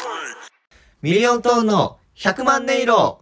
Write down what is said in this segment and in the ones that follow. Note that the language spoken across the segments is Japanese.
ミリオントーンの100万音色。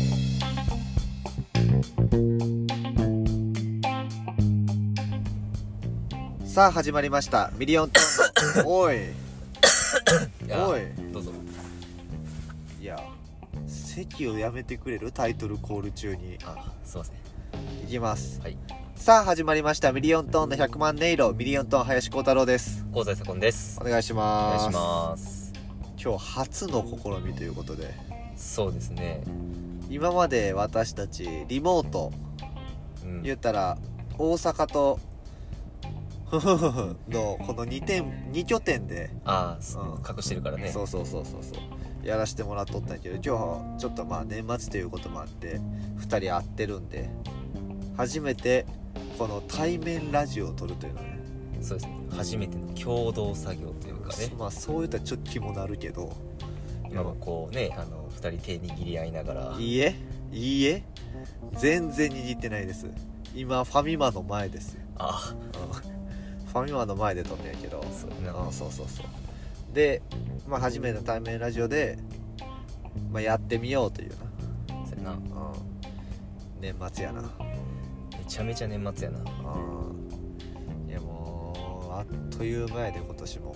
さあ始まりましたミリオントーンのおいおいどうぞ。 いや席をやめてくれる？タイトルコール中に。 すいません。 いきます。 はい。 さあ始まりましたミリオントーンの100万音色。ミリオントーン林光太郎です。 香西左近です。 お願いしおます。 願いします。 今日初の試みということで、 そうですね。 今まで私たちリモート、言ったら大阪とのこの2拠点で隠してるからね。 そうやらせてもらっとったんやけど、今日ちょっとまあ年末ということもあって2人会ってるんで、初めてこの対面ラジオを撮るというのね。 そうですね。初めての共同作業というかね。 まあそう言ったらちょっと気もなるけど、 今もこうね、2人手握り合いながら。 いいえ全然握ってないです。今ファミマの前ですよ。ファミマの前で撮るんやけど、そうで、まあ初めての対面ラジオで、まあ、やってみようというな。 そうやな。 年末やな。 めちゃめちゃ年末やな。 いやもうあっという間やで今年も。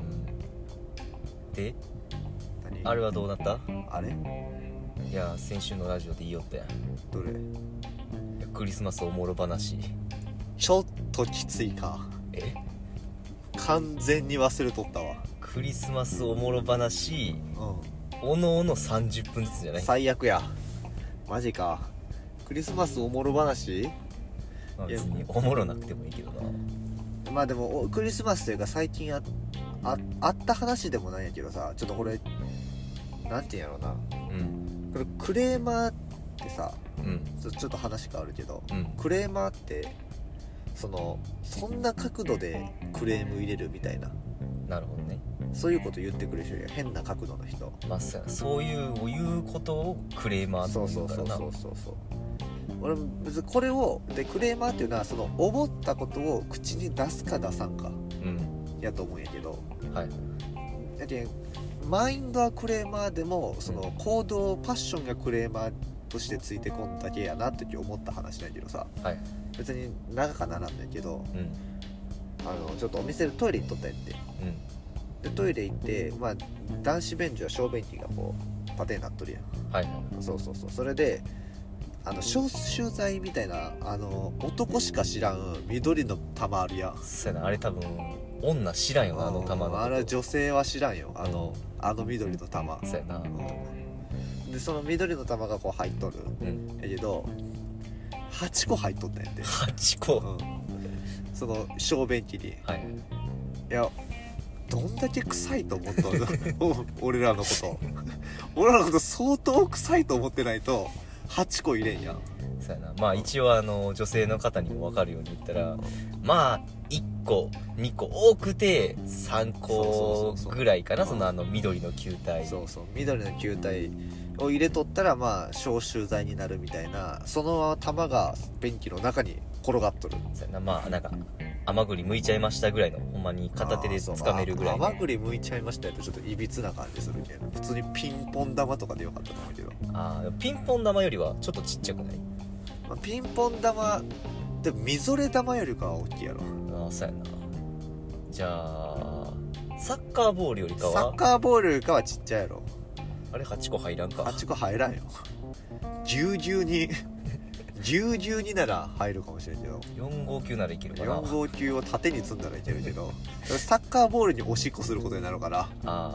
で何あれはどうなった？ あれいや先週のラジオで言いよったやん。 どれ？ いやクリスマスおもろ話。 ちょっときついか。完全に忘れとったわ。 クリスマスおもろ話、おのおの30分ずつじゃない？ 最悪や。マジか。クリスマスおもろ話？ まあ、別におもろなくてもいいけどな。 まあでもクリスマスというか最近あった話でもないんやけどさ、ちょっとこれなんていうんやろうな、これクレーマーってさ、ちょっと話変わるけど、クレーマーってそんな角度でクレーム入れるみたいな。 なるほどね。 そういうこと言ってくる人や、変な角度の人。 まあそういうことをクレーマーって言うからな。 そう俺別にこれをでクレーマーっていうのはその思ったことを口に出すか出さんか、やと思うんやけど、だけどマインドはクレーマーでもその行動パッションがクレーマーとしてついてこんだけやなって思った話なんやけどさ、別に長かならんだけど、ちょっとお店でトイレ行っとったんやって、でトイレ行って、まあ男子便所は小便器がこうパテになっとるやん。そうそれで消臭剤みたいな男しか知らん緑の玉あるやん。 そうやな、あれ多分女知らんよな、玉の。 あれ女性は知らんよ、緑の玉。 そうやな。 でその緑の玉がこう入っとる、やけど8個入っとったんやって。 8個、 その小便器に。いやどんだけ臭いと思ったの俺らのこと相当臭いと思ってないと8個入れんやん。 そうやな。まあ一応女性の方にも分かるように言ったら、まあ1個2個多くて3個ぐらいかな。その緑の球体、 緑の球体を入れとったらまあ消臭剤になるみたいな。その玉が便器の中に転がっとる。 そうやな。まあなんか甘栗剥いちゃいましたぐらいの、ほんまに片手で掴めるぐらいの。 甘栗剥いちゃいましたよってちょっといびつな感じするけど、普通にピンポン玉とかでよかったと思うけど。 ピンポン玉よりはちょっとちっちゃくない？ ピンポン玉でもみぞれ玉よりかは大きいやろ。 そうやな。じゃあサッカーボールよりかは？ サッカーボールよりかはちっちゃいやろ。 あれ8個入らんか。 8個入らんよ。ぎゅうぎゅうになら入るかもしれんけど、 4号球ならいけるかな。 4号球を縦に積んだらいけるけどサッカーボールにおしっこすることになるから。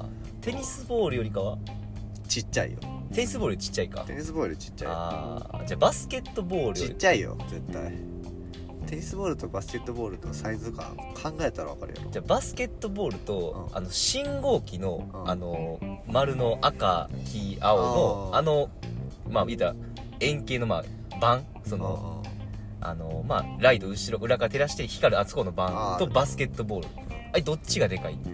テニスボールよりかはちっちゃいよ。 テニスボールちっちゃいか。 テニスボールちっちゃい。じゃあバスケットボールよりちっちゃいよ絶対。テニスボールとバスケットボールのサイズ感考えたら分かるよ。 じゃあバスケットボールと、信号機の、丸の赤黄青のまあ言ったら円形の板、そのまあライト後ろ裏から照らして光るあそこの板とバスケットボール、あれどっちがでかい？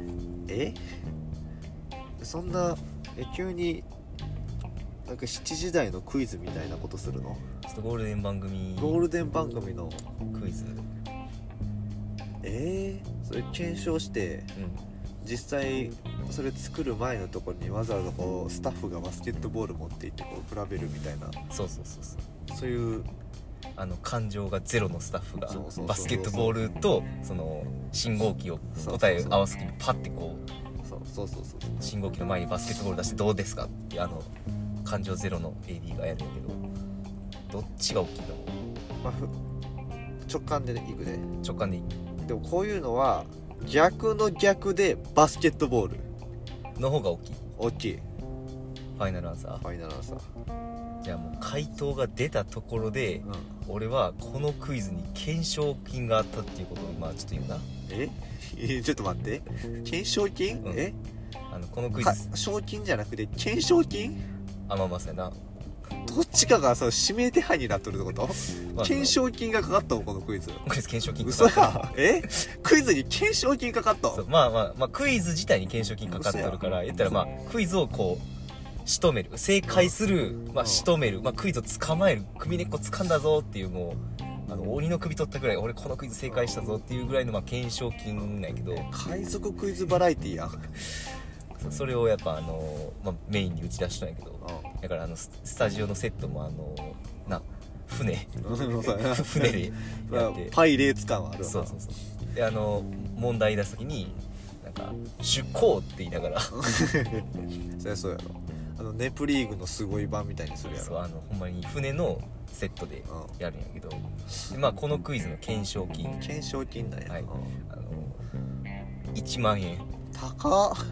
そんな急になんか7時台のクイズみたいなことするの？ ちょっとゴールデン番組のクイズ。 それ検証して、実際それ作る前のところにわざわざこうスタッフがバスケットボール持っていってこう比べるみたいな、 そうそういう感情がゼロのスタッフがそうそうそうそうバスケットボールとその信号機を答え合わせてパッてこうそう信号機の前にバスケットボール出してどうですかって感情ゼロの AD がやるんやけど、どっちが大きいと思う？ まあ、直感でねいくで。 直感でいい？ でもこういうのは逆の逆でバスケットボールの方が大きい？ 大きい。 ファイナルアンサー？ ファイナルアンサー。 じゃあもう回答が出たところで、俺はこのクイズに懸賞金があったっていうことを今ちょっと言うな。 ちょっと待って、懸賞金？ このクイズ賞金じゃなくて懸賞金？ まあそうやな。 どっちかがその指名手配になっとるってこと？ まあ懸賞金がかかったのこのクイズ。 懸賞金か嘘かっや。クイズに懸賞金かかったそうまあクイズ自体に懸賞金かかってるから言ったらまあクイズをこう仕留める、正解する、仕留める、クイズを捕まえる、首根っこ掴んだぞっていう、もう鬼の首取ったぐらい俺このクイズ正解したぞっていうぐらいの懸賞金なんやけど、 海賊クイズバラエティやん。 それをやっぱメインに打ち出したんやけど、だからスタジオのセットも船でやってパイレーツ感はあるわな。 そうで問題出す時になんか出航って言いながらそりゃそうやろ。ネプリーグのすごい版みたいにするやろ。 そうほんまに船のセットでやるんやけど、でこのクイズの懸賞金なんや、 はい、1万円。 高っ。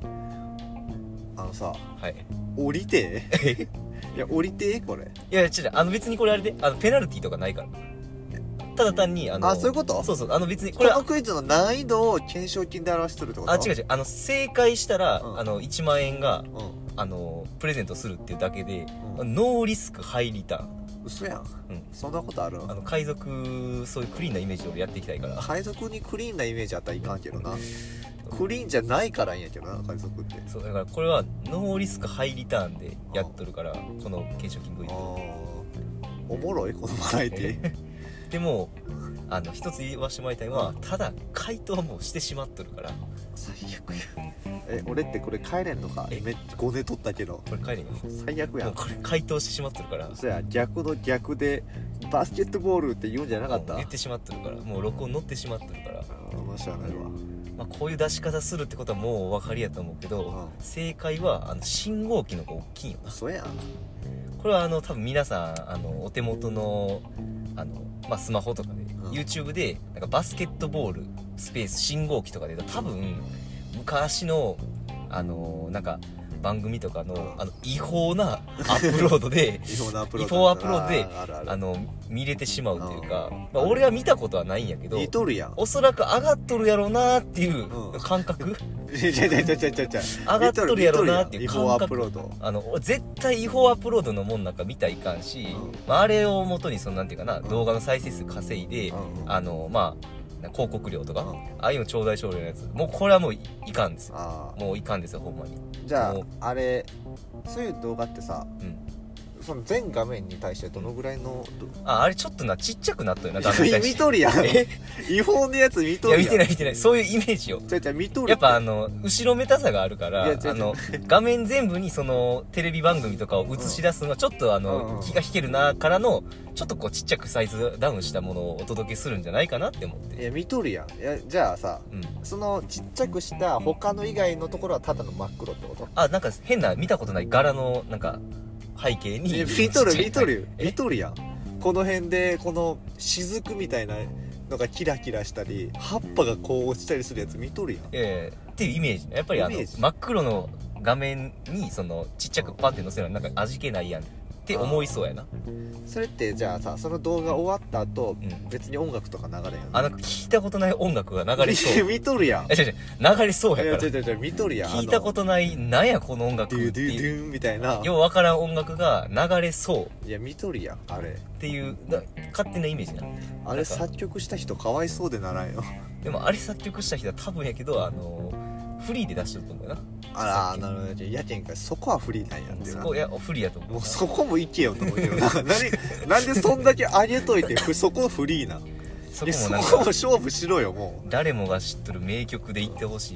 さ、 はい、 降りていや降りてこれ。 いや違う、別にこれあれでペナルティとかないから、ただ単にそういうこと？ そう別にこれこのクイズの難易度を懸賞金で表しとるってこと？ 違う正解したら、1万円が、プレゼントするっていうだけで、ノーリスクハイリターン。 嘘やん、そんなことある？ 海賊そういうクリーンなイメージで俺やっていきたいから。 海賊にクリーンなイメージあったらいかんけどな。クリーンじゃないからいいんやけどな、海賊って。 そうだからこれはノーリスクハイリターンでやっとるから、この懸賞金 V おもろいこのバラエティでも一つ言わせてもらいたいのは、ただ回答はもうしてしまっとるから。 最悪や。俺ってこれ帰れんのか？めっちゃ5年取ったけど。 これ帰れんよ。 最悪やん。 もうこれ回答してしまっとるから。 そうや、逆の逆でバスケットボールって言うんじゃなかった？ 言ってしまっとるから、もう録音乗ってしまっとるから。 面白いわ。 こういう出し方するってことはもうお分かりやと思うけど、正解は信号機の方が大きいよな。 そうやん。 これは多分皆さんお手元のスマホとかで、YouTube でなんかバスケットボールスペース信号機とかで多分昔のなんか番組とかの違法なアップロードで違法アップロードで見れてしまうというか、俺は見たことはないんやけど、 見とるやん。 おそらく上がっとるやろうなっていう感覚、上がっとるやろうなっていう感覚。違法アップロード絶対違法アップロードのもんなんか見たらいかんし、あれを元になんていうかな、動画の再生数稼いで広告料とか、ああいうのちょうだい少量のやつ、もうこれはもういかんですよ。もういかんですよ、ほんまに。 じゃああれ、そういう動画ってさ、その全画面に対してどのぐらいのあれちょっとちっちゃくなったよな、画面に対して。 見とるやん。違法のやつ見とるやん。 いや見てないそういうイメージよ。 見とる。 やっぱ後ろめたさがあるから、画面全部にそのテレビ番組とかを映し出すのはちょっと気が引けるなからの、ちょっとこうちっちゃくサイズダウンしたものをお届けするんじゃないかなって思って。 いや見とるやん。じゃあさ、そのちっちゃくした他の以外のところはただの真っ黒ってこと？ なんか変な見たことない柄のなんか背景に見とるやん。この辺でこの雫みたいなのがキラキラしたり、葉っぱがこう落ちたりするやつ見とるやん。 っていうイメージね。やっぱり真っ黒の画面にちっちゃくパンって載せるのはなんか味気ないやんって思いそうやな。 それってじゃあさ、その動画終わった後、別に音楽とか流れんやん。 なんか聞いたことない音楽が流れそう。 見とるやん。 流れそうやから。 見とるやん。 聞いたことない、なんやこの音楽っていう。 ドゥドゥドゥンみたいな。 ようわからん音楽が流れそう。 いや、見とるやん、あれ。 っていう、勝手なイメージな。 あれ作曲した人かわいそうでならんよ。 でもあれ作曲した人は多分やけど、フリーで出してると思うよな。 なるほど。やけんか、そこはフリーなんやってそこ、いや、フリーやと思う。 もうそこもいけよと思うけどな。なんでそんだけ上げといて、そこフリーな。そこも勝負しろよ、もう。 誰もが知っとる名曲で言ってほしいけど、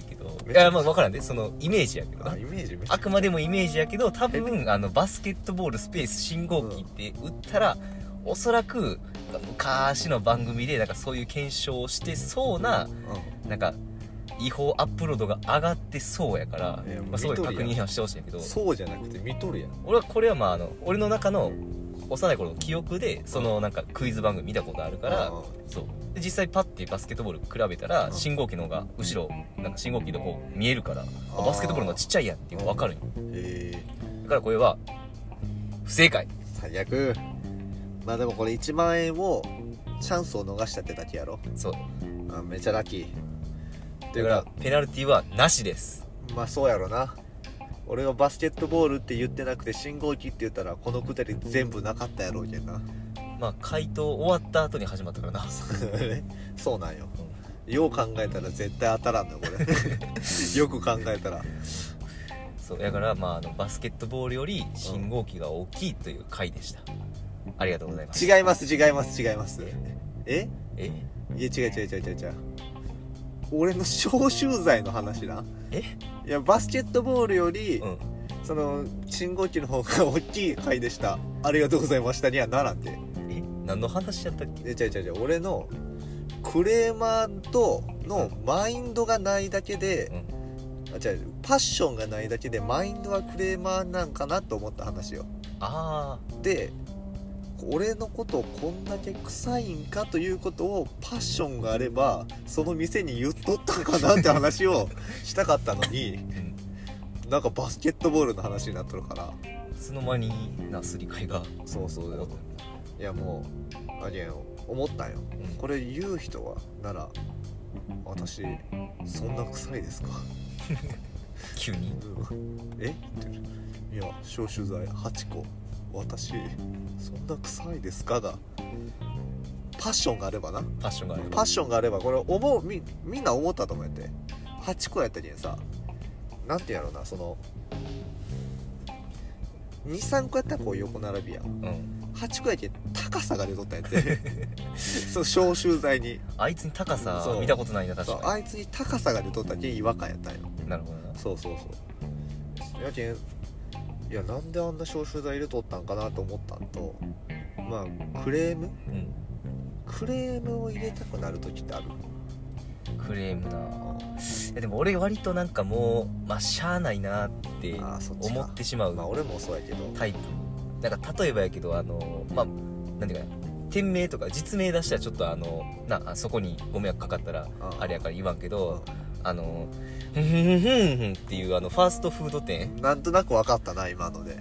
いやまあ分からんで、そのイメージやけどな。 イメージあくまでもイメージやけど、多分バスケットボールスペース信号機って打ったら、おそらく昔の番組でなんかそういう検証をしてそうな、なんか違法アップロードが上がってそうやから、まあ、すごい確認はしてほしいんやけど、 そうじゃなくて見とるやん。 俺はこれはまあ俺の中の幼い頃の記憶でそのなんかクイズ番組見たことあるから、そうで実際パッてバスケットボール比べたら信号機の方が後ろなんか信号機の方見えるから、バスケットボールの方がちっちゃいやんっていうの分かるんよ。だからこれは不正解。 最悪。まあでもこれ1万円をチャンスを逃したってだけやろ。 そう、 めっちゃラッキー。 だからペナルティはなしです。 まあそうやろな。俺がバスケットボールって言ってなくて信号機って言ったらこのくだり全部なかったやろうけんな。 まあ回答終わった後に始まったからな。 そうなんよ、よう考えたら絶対当たらんのよこれ。よく考えたら。 そうだからまあバスケットボールより信号機が大きいという回でした。ありがとうございます。 違います違います違います。えいや違う俺の消臭剤の話な。いやバスケットボールより、その信号機の方が大きい回でした。ありがとうございましたにはならんで。 何の話やったっけ。 違う俺のクレーマーとのマインドがないだけで、パッションがないだけでマインドはクレーマーなんかなと思った話よ。で俺のことをこんだけ臭いんかということをパッションがあればその店に言っとったんかなって話をしたかったのに、なんかバスケットボールの話になっとるから、 いつの間になすり替えが。 そうだよ。いやもうあれや思ったんよ、これ言う人はなら私そんな臭いですか急にいや消臭剤8個私そんな臭いですかがパッションがあればな。 パッションがあればこれみんな思ったと思うんやって。8個やったけんさ、なんてやろうな、その 2,3 個やったらこう横並びやん、8個やけん高さが出とったんやってそう消臭剤にあいつに高さ見たことないな。確かにあいつに高さが出とったけん違和感やったんよ。 なるほどな。 そうやけん、いやなんであんな消臭剤入れとったんかなと思ったんと、まあクレームを入れたくなる時ってある。 クレームな。でも俺割となんかもうまあしゃあないなって思ってしまう俺もそうやけどタイプ。なんか例えばやけどまあなんていうかな、店名とか実名出したらちょっとそこにご迷惑かかったらあれやから言わんけど、ふんっていうファーストフード店、 なんとなく分かったな今ので。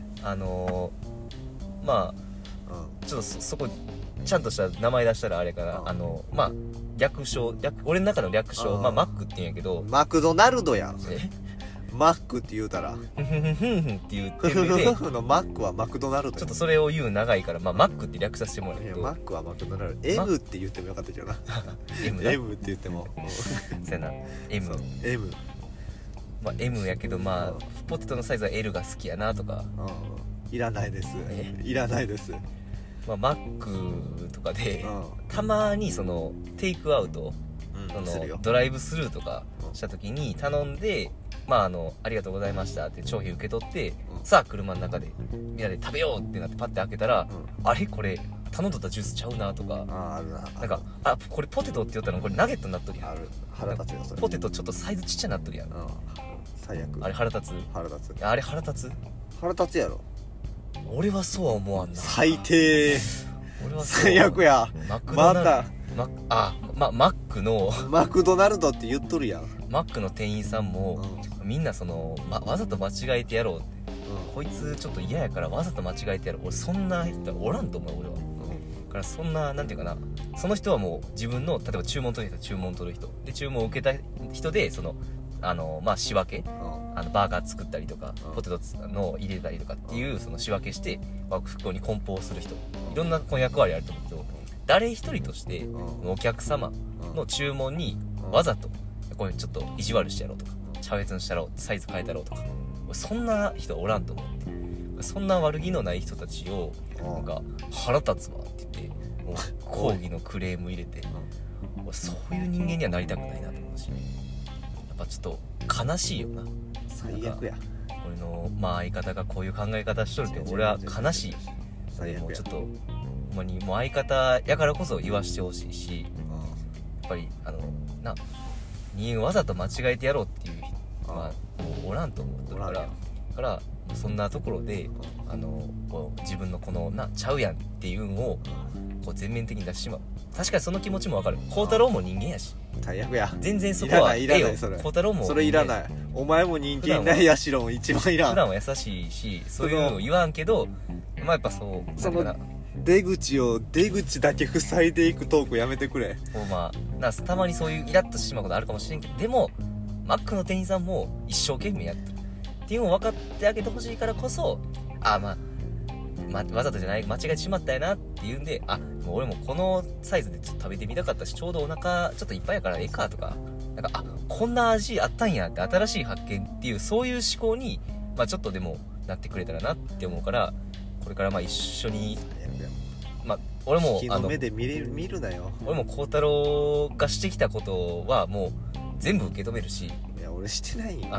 まあ、ちょっとそこちゃんとした名前出したらあれかな、まあ俺の中の略称、まあマックって言うんやけど、 マクドナルドやん。マックって言うたらふんって言ってるでのマックはマクドナルド。 ちょっとそれを言う長いから、まあマックって略させてもらうけど、 マックはマクドナルド。M って言ってもよかったけどな。M って言ってもそうやな。M。まあ M やけど、まあポテトのサイズは L が好きやなとか。 いらないです。いらないです。 まあマックとかでたまにそのテイクアウト、ドライブスルーとかした時に頼んで、まあありがとうございましたって商品受け取って、さあ車の中でみんなで食べようってなってパッて開けたら、あれこれ頼んどったジュースちゃうなとか、なんかこれポテトって言ったらこれナゲットになっとるやん。 腹立つよそれ。 ポテトちょっとサイズちっちゃなっとるやん。 最悪。 あれ腹立つ。あれ腹立つやろ。 俺はそうは思わんな。 最低。 俺は最悪や。またマックのマクドナルドって言っとるやん。 マックの店員さんも、みんなわざと間違えてやろうって、こいつちょっと嫌やからわざと間違えてやろう。俺そんな人おらんと思う俺は。だからそんななんていうかな、その人はもう自分の例えば注文取る人で注文を受けた人でまあ仕分け、バーガー作ったりとかポテトの入れたりとかっていうその仕分けして袋に梱包する人、いろんなこの役割あると思うけど、誰一人としてお客様の注文にわざとこれちょっと意地悪してやろうとか、差別したろう、サイズ変えたろうとか、そんな人おらんと思って、そんな悪気のない人たちをなんか腹立つわって言ってもう抗議のクレーム入れて、そういう人間にはなりたくないなと思うし、 っぱちょっと悲しいよな。 最悪や。 俺の相方がこういう考え方しとるけど俺は悲しい。でもうちょっとほんまにもう相方やからこそ言わしてほしいし、やっぱり人間わざと間違えてやろうっていう人はもうおらんと思ってるからそんなところでこう自分のこのちゃうやんっていうのをこう全面的に出してしまう。確かにその気持ちもわかる。孝太郎も人間やし最悪や。 全然そこはいらないそれ。 孝太郎もそれいらない。お前も人間ないやしろん一番いらん。 普段は優しいしそういうのを言わんけどやっぱそうその出口だけ塞いでいくトークやめてくれ。 たまにそういうイラッとしてしまうことあるかもしれんけど、でもマックの店員さんも一生懸命やってるっていうのを分かってあげてほしいからこそわざとじゃない間違えてしまったやなっていうんでもう俺もこのサイズでちょっと食べてみたかったしちょうどお腹ちょっといっぱいやからええかとかこんな味あったんやって新しい発見っていうそういう思考にちょっとでもなってくれたらなって思うからこれから一緒に俺も引きの目で見るなよ。 俺も孝太郎がしてきたことはもう全部受け止めるし。 いや俺してないよ。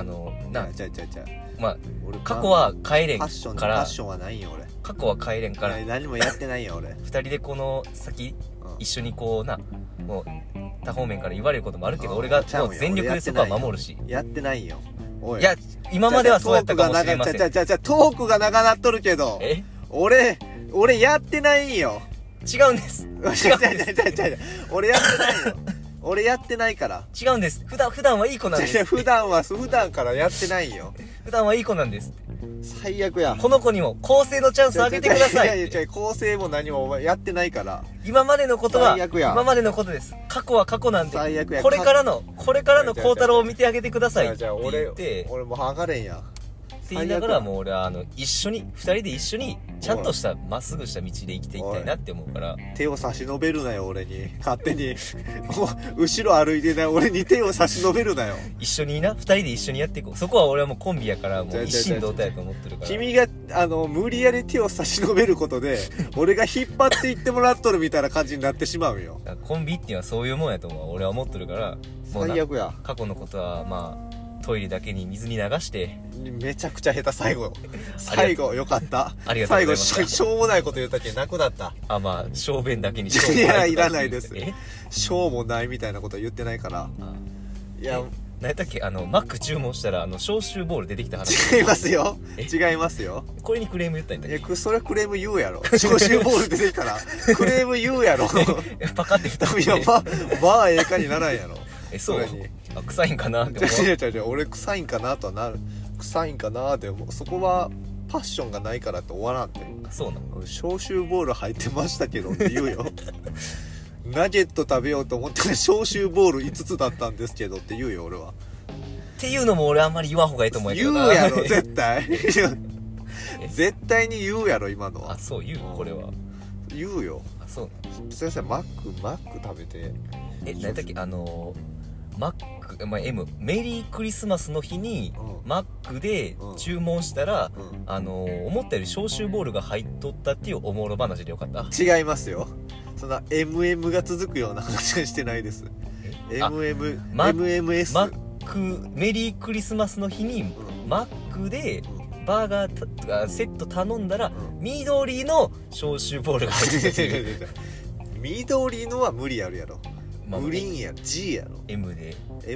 俺過去は帰れんから。 パッションはないよ俺。 過去は帰れんから。 何もやってないよ俺。 二人でこの先、一緒にこうもう多方面から言われることもあるけど俺がもう全力でそこは守るし。 やってないよ。 いや今まではそうやったかもしれません。 トークが長なっとるけど。俺やってないよ。 違うんです。 俺やってないよ。俺やってないから。 違うんです。普段はいい子なんです。 普段からやってないよ。 普段はいい子なんです。 最悪や。 この子にも更生のチャンスあげてください。 いや更生も何もやってないから。 今までのことは今までのことです。過去は過去なんで。 最悪や。 これからの孝太郎を見てあげてくださいって言って。 俺もう剥がれんや。 って言いながらもう俺は二人で一緒にちゃんとしたまっすぐした道で生きていきたいなって思うから。 手を差し伸べるなよ俺に。勝手に後ろ歩いてない俺に手を差し伸べるなよ。 一緒に二人で一緒にやっていこう。そこは俺はもうコンビやからもう一心同体やと思ってるから。 君が無理やり手を差し伸べることで俺が引っ張っていってもらっとるみたいな感じになってしまうよ。 コンビっていうのはそういうもんやと思う俺は思ってるから。 もう最悪や。 過去のことはトイレだけに水に流してめちゃくちゃ下手最後よかったありがとうございます。 最後しょうもないこと言ったけなくなった。 小便だけにいやいらないです。しょうもないみたいなことは言ってないから。いや何やったっけマック注文したら消臭ボール出てきた話。 違いますよ。 これにクレーム言ったんだっけ。 それはクレーム言うやろ。消臭ボール出てきたらクレーム言うやろ。 パカって蓋いやええかにならんやろ。 そう臭いんかなって思う。俺臭いんかなとはなる。臭いんかなって思う。そこはパッションがないからって終わらんって。 そうなの。 消臭ボール入ってましたけどって言うよ。ナゲット食べようと思って消臭ボール5つだったんですけどって言うよ俺は。 っていうのも俺あんまり言わん方がいいと思うけど言うやろ絶対。絶対に言うやろ今のは。 そう言う。これは言うよ。 そう先生マック食べて何だっけマック、M メリークリスマスの日に、マックで注文したら、思ったより消臭ボールが入っとったっていうおもろ話でよかった。 違いますよ。そんな MM が続くような話はしてないです。MMS マックメリークリスマスの日に、マックでバーガーセット頼んだら、緑の消臭ボールが入ってたっていう。 緑のは無理あるやろ。グリーンや G やろ。 M で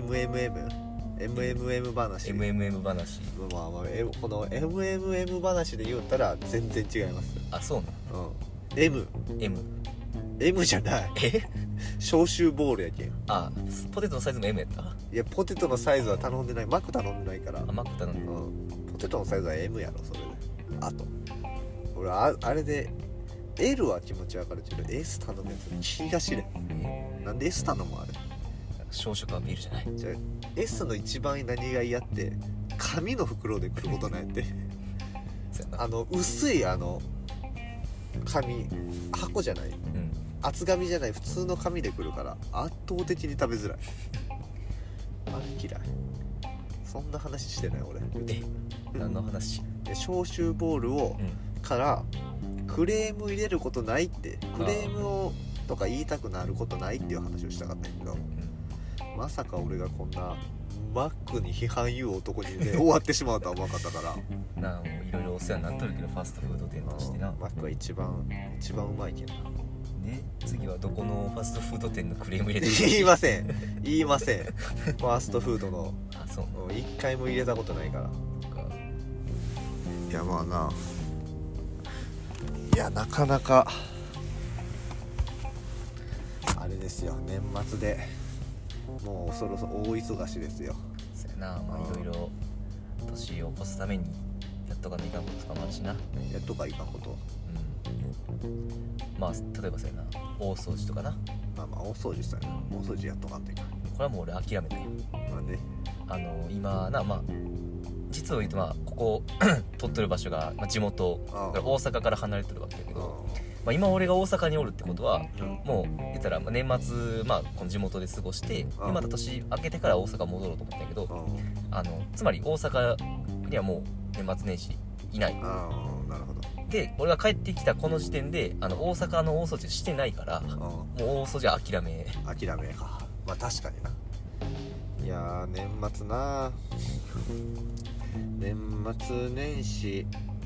MMM 話。この MMM 話で言うたら全然違います。 そうなの。M じゃない。消臭ボールやけん。 ポテトのサイズも M やった。 いやポテトのサイズは頼んでない。マック頼んでないから。 マック頼んでない。 ポテトのサイズは M やろそれで。俺あれで L は気持ちわかるけど S 頼むやつ気が知れん。なんで S 頼むあれ。 小食アピールじゃない。 じゃあ S の一番何が嫌って紙の袋で来ることなんやって。薄い紙箱じゃない、厚紙じゃない普通の紙で来るから圧倒的に食べづらい。あれ嫌い。そんな話してない俺。 何の話。 消臭ボールを、からクレーム入れることないって、クレームをとか言いたくなることないっていう話をしたかったんやけど、まさか俺がこんなマックに批判言う男にね終わってしまうとは思わなかったからなあ、もういろいろお世話になっとるけどファストフード店としてな。 マックは一番うまいけどな。 で次はどこのファストフード店のクレーム入れてる言いませんファストフードのあ、そう一回も入れたことないから。いやまあな、いやなかなかあれですよ、年末でもうそろそろ大忙しですよ。 そうやな、まあいろいろ年を越すためにやっとかないかんこととかもあるしな。 やっとかいかんこと、 まあ例えばそうやな、大掃除とかな。 まあ大掃除したら大掃除やっとかんといかん。 これはもう俺諦めたよ。 なんで今な、まあ実を言うとまあここ撮ってる場所が、まあ、地元だから大阪から離れてるわけだけど、まあ、今俺が大阪におるってことは、もう言ったら年末、まあ、この地元で過ごして、でまた年明けてから大阪戻ろうと思ったんやけど、つまり大阪にはもう年末年始いない。 なるほど。 で俺が帰ってきたこの時点で大阪の大掃除してないから、もう大掃除は諦めか。まあ確かにな。いやー年末な年末年始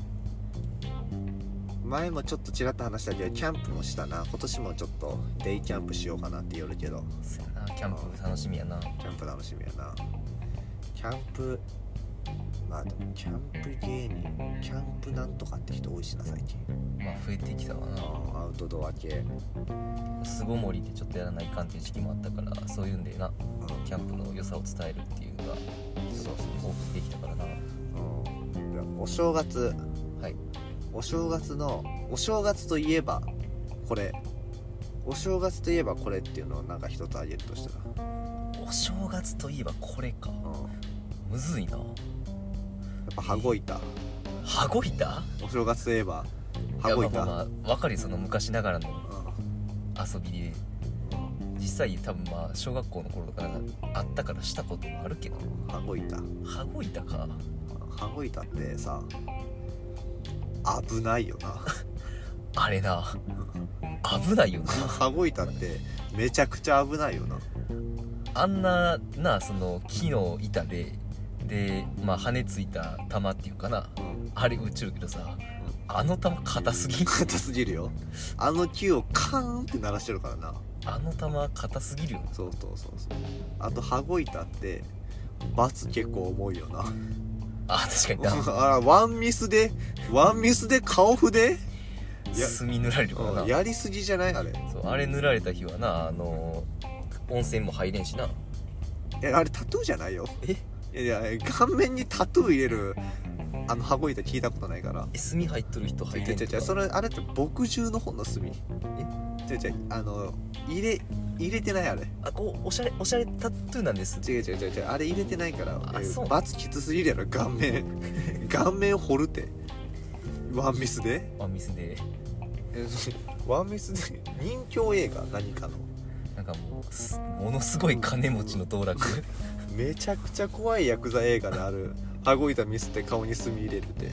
前もちょっとちらっと話したけどキャンプもしたな。今年もちょっとデイキャンプしようかなって言うけど、 そうやな、キャンプ楽しみやな。 キャンプ楽しみやな。キャンプ、まあでもキャンプ芸人、キャンプなんとかって人多いしな最近。 まあ増えてきたわな。 アウトドア系巣ごもりでちょっとやらないかんっていう時期もあったから、そういうんでな、キャンプの良さを伝えるっていうのがそう多くできたからな。 お正月、 はい、 お正月といえばこれ、お正月といえばこれっていうのをなんか一つ挙げるとしたら、 お正月といえばこれか、むずいな。やっぱ羽子板。 羽子板？ お正月といえば羽子板。 まあ分かるよ、その昔ながらの遊びで、実際多分まあ小学校の頃とかあったからしたこともあるけど。 羽子板か。羽子板ってさ危ないよなあれな、危ないよな羽子板ってめちゃくちゃ危ないよな。 あんなな、その木の板でまあ羽根ついた玉っていうかな、あれ打ちるけどさ、あの玉硬すぎるよ。あの球をカーンって鳴らしてるからな。 あの玉硬すぎるよ。 そう。あと羽子板って罰結構重いよな。 確かになワンミスで顔筆墨塗られるからな。 やりすぎじゃないあれ。 そう、あれ塗られた日はな、温泉も入れんしな。 あれタトゥーじゃないよ。いや顔面にタトゥー入れる羽子板聞いたことないから。 墨入っとる人入れんとか。 それあれって墨汁の方の墨。入れてないあれ。 こうおしゃれタトゥーなんです。 違うあれ入れてないから。 罰きつすぎるやろ顔面掘るってワンミスでワンミスで人気映画何かのなんかものすごい金持ちの道楽めちゃくちゃ怖いヤクザ映画である羽子板ミスって顔に墨入れるって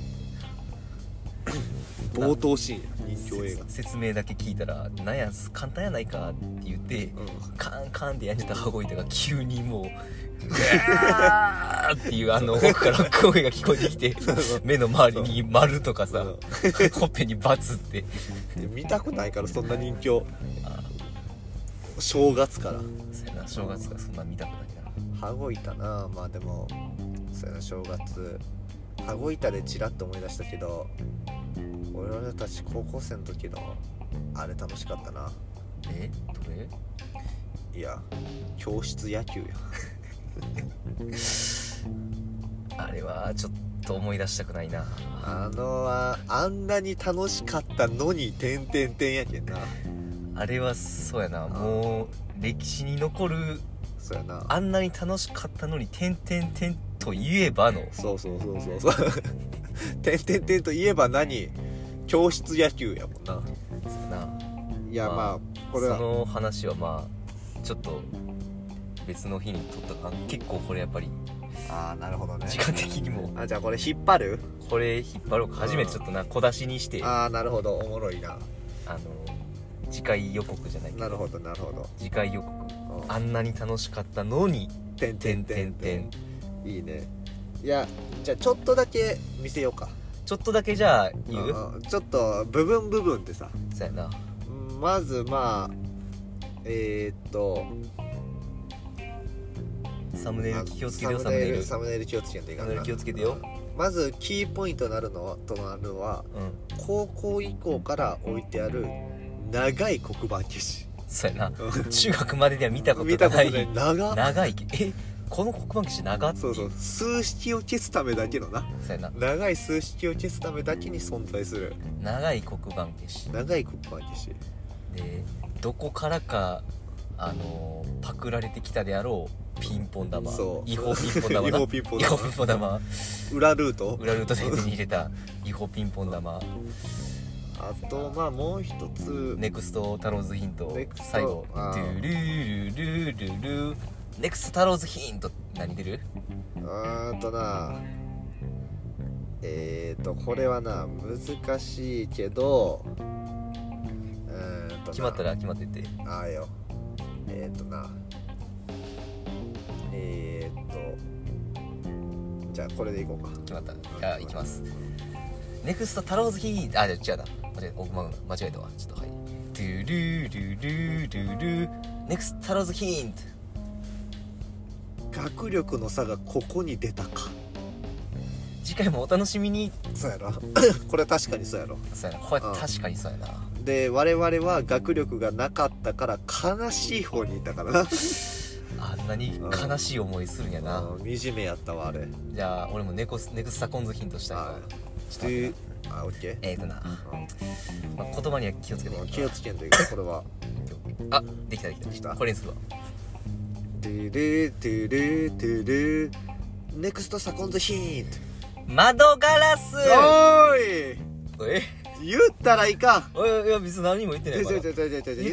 冒頭シーンや。人気映画説明だけ聞いたらなんや簡単やないかって言って、カーンカーンってやんでた羽子板が急にもうガーっていう奥から声が聞こえてきて目の周りに丸とかさ、ほっぺにバツって見たくないからそんな人気正月から。 そうやな、正月からそんな見たくないな。 羽子板な。まあでもそうやな、正月羽子板でチラッと思い出したけど、俺たち高校生の時のあれ楽しかったな。 どれ？ いや教室野球やあれはちょっと思い出したくないな。 あんなに楽しかったのに点やけんな。 あれはそうやな、もう歴史に残る。 そうやな、 あんなに楽しかったのに点と言えばの。 そう点と言えば何？教室野球やもんな。 そうやな。 いやまあこれはその話はまあちょっと別の日に撮ったかな。結構これやっぱりなるほどね。 時間的にもじゃあこれ引っ張る？ これ引っ張ろうか。初めてちょっとな小出しにして。 なるほど、おもろいな。 次回予告じゃないけど。 なるほど次回予告。あんなに楽しかったのにてんてんてんてん。いいね。いや、じゃあちょっとだけ見せようか。 ちょっとだけじゃあ言う？ ちょっと部分ってさ。 そうやな。 まずまあサムネイル気をつけてよ。 サムネイル気をつけていかな。 気をつけてよ。 まずキーポイントとなるのは、高校以降から置いてある長い黒板消し。 そうやな。中学まででは見たことがない。長い。この黒板消し長っていう。 そう数式を消すためだけのな。 そうやな。 長い数式を消すためだけに存在する長い黒板消し。で、どこからかパクられてきたであろうピンポン玉。違法ピンポン玉な。違法ピンポン玉。裏ルートで手に入れた違法ピンポン玉。 あとまあもう一つ、 ネクストタローズヒント。最後ドゥルルルルルル。ネクストタローズヒント何出る？ これはな難しいけど、 決まってって。 ああよ。じゃあこれでいこうか。 決まった。じゃあいきます。ネクストタローズヒント。あ、違うな。間違えたわ。ちょっとはい。ドゥルルルルル。ネクストタローズヒント。 学力の差がここに出たか。 次回もお楽しみに。 そうやろ。これ確かにそうやろ。 そうやな。これ確かにそうやな。 で我々は学力がなかったから悲しい方にいたからな。 あんなに悲しい思いするんやな。 惨めやったわあれ。 じゃあ俺もネクスタコンズヒントしたいわ。 オッケー。 な、言葉には気をつけて。 気をつけんといけないこれは。 あ、できた。これにするわ。 トゥルトゥルトゥルネクストサコンズヒント。 窓ガラス。 おい言ったらいかん。 いや別に何も言ってないから。言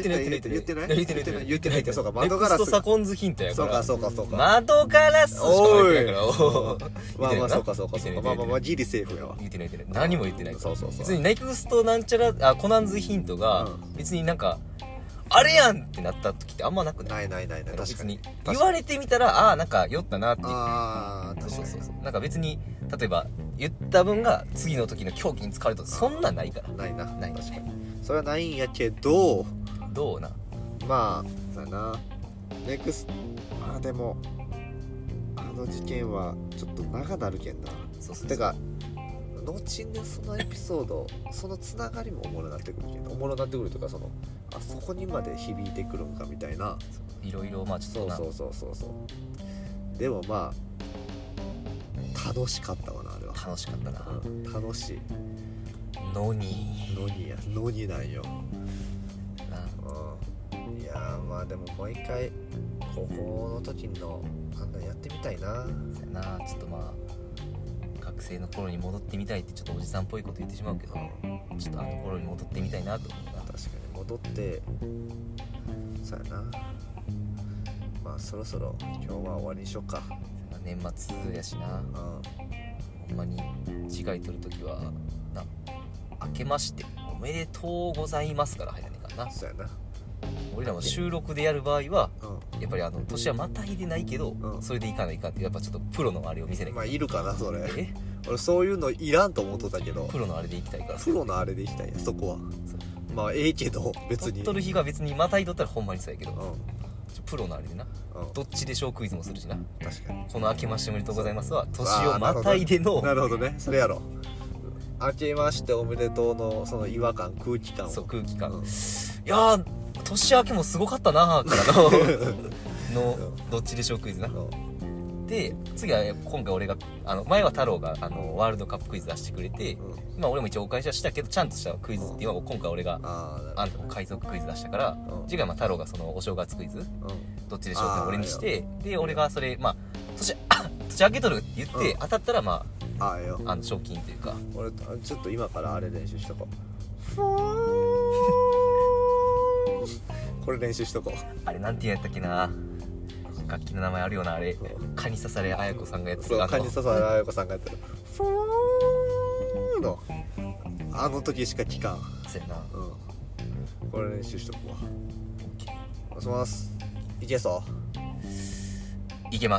ってない。そうか、窓ガラス。ネクストサコンズヒントやから。 そうか。 窓ガラスしか言ってないから。 まあそうか。まあギリセーフやわ。 言ってない。何も言ってない。 そう。 別にネクストなんちゃらコナンズヒントが別になんかあれやんってなった時ってあんまなくない？ ない。 別に言われてみたらなんか酔ったなっていう。そう。なんか別に例えば言った分が次の時の狂気に使われるとそんなんないから。 ないな。 確かに。 それはないんやけど。 どうな。 まあそうやな。ネクストでも事件はちょっと長なるけんな。 そう。 てか後にそのエピソードそのつながりもおもろなってくるけど、おもろなってくるというかそこにまで響いてくるんかみたいな。 いろいろまあちょっとな。 そうでもまあ楽しかったわなあれは。 楽しかったな。 楽しいのになんよな。いやまあでももう一回高校の時のあんなやってみたいな。 そうやな。ちょっとまあ学生の頃に戻ってみたいってちょっとおじさんっぽいこと言ってしまうけど、ちょっと頃に戻ってみたいなと思うな。 確かに戻ってそうやな。まあそろそろ今日は終わりにしようか。 年末やしな。ほんまに次回撮るときはな、明けましておめでとうございますから入らねえからな。 そうやな。 俺らも収録でやる場合は、やっぱり年はまたいでないけど、それでいかないかってやっぱちょっとプロのあれを見せない。 まあいるかなそれ。俺そういうのいらんと思っとったけど、 プロのあれでいきたいから。 プロのあれでいきたいやそこは。まあけど別に撮る日が別にまたいとったらほんまにそうやけど、プロのあれでな、どっちでしょうクイズもするしな。 確かに。 この明けましておめでとうございますは年をまたいでの。 なるほどね。それやろ。明けましておめでとうのその違和感、空気感。 そう空気感。いや年明けもすごかったなからのどっちでしょうクイズな。で次は今回俺が前は太郎がワールドカップクイズ出してくれて、まあ俺も一応お返しはしたけどちゃんとしたクイズっていうのを今回俺が海賊クイズ出したから、次回太郎がそのお正月クイズどっちでしょうって俺にして、で俺がそれまあ年明けとるって言って当たったらまあ賞金というか。 俺ちょっと今からあれ練習しとこう。これ練習しとこう。 あれなんて言うんやったっけな。楽器の名前あるよなあれ。蚊に刺され綾子さんがやってる。 そう蚊に刺され綾子さんがやってるフーのあの時しか聞かん。 そうやな。 これ練習しとこうわ。お願いします。いけそう。 いけます。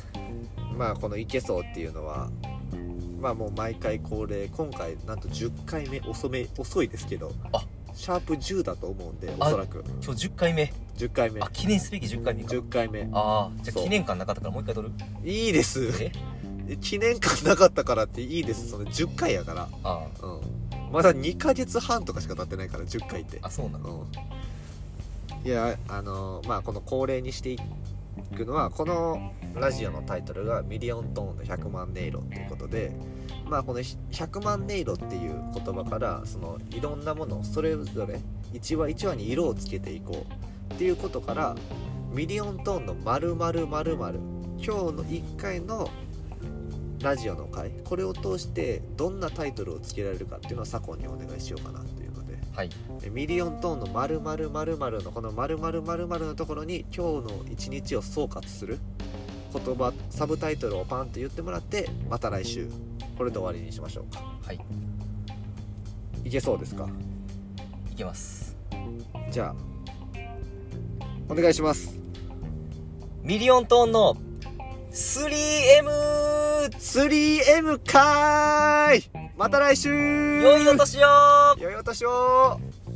まあこのいけそうっていうのはまあもう毎回恒例、今回なんと10回目遅いですけど、シャープ10だと思うんで、おそらく今日10回目。 10回目。 記念すべき10回目か。 10回目。 じゃあ記念感なかったからもう一回撮る？ いいです。記念感なかったからっていいです。その10回やから。まだ2ヶ月半とかしか経ってないから、10回って。 そうなの？ いや、まあこの恒例にしていくのは、このラジオのタイトルがミリオントーンの100万音色っていうことで、まあこの100万音色っていう言葉から、そのいろんなものをそれぞれ1話1話に色をつけていこうっていうことから、ミリオントーンの〇〇〇〇、今日の1回のラジオの回、これを通してどんなタイトルをつけられるかっていうのを左近にお願いしようかなというので、ミリオントーンの〇〇〇〇のこの〇〇〇〇のところに今日の一日を総括する言葉、サブタイトルをパンと言ってもらって、また来週これで終わりにしましょうか。いけそうですか？ いけます。 じゃあお願いします。 ミリオントーンの 3M かーい。また来週。 良いお年を。 良いお年を。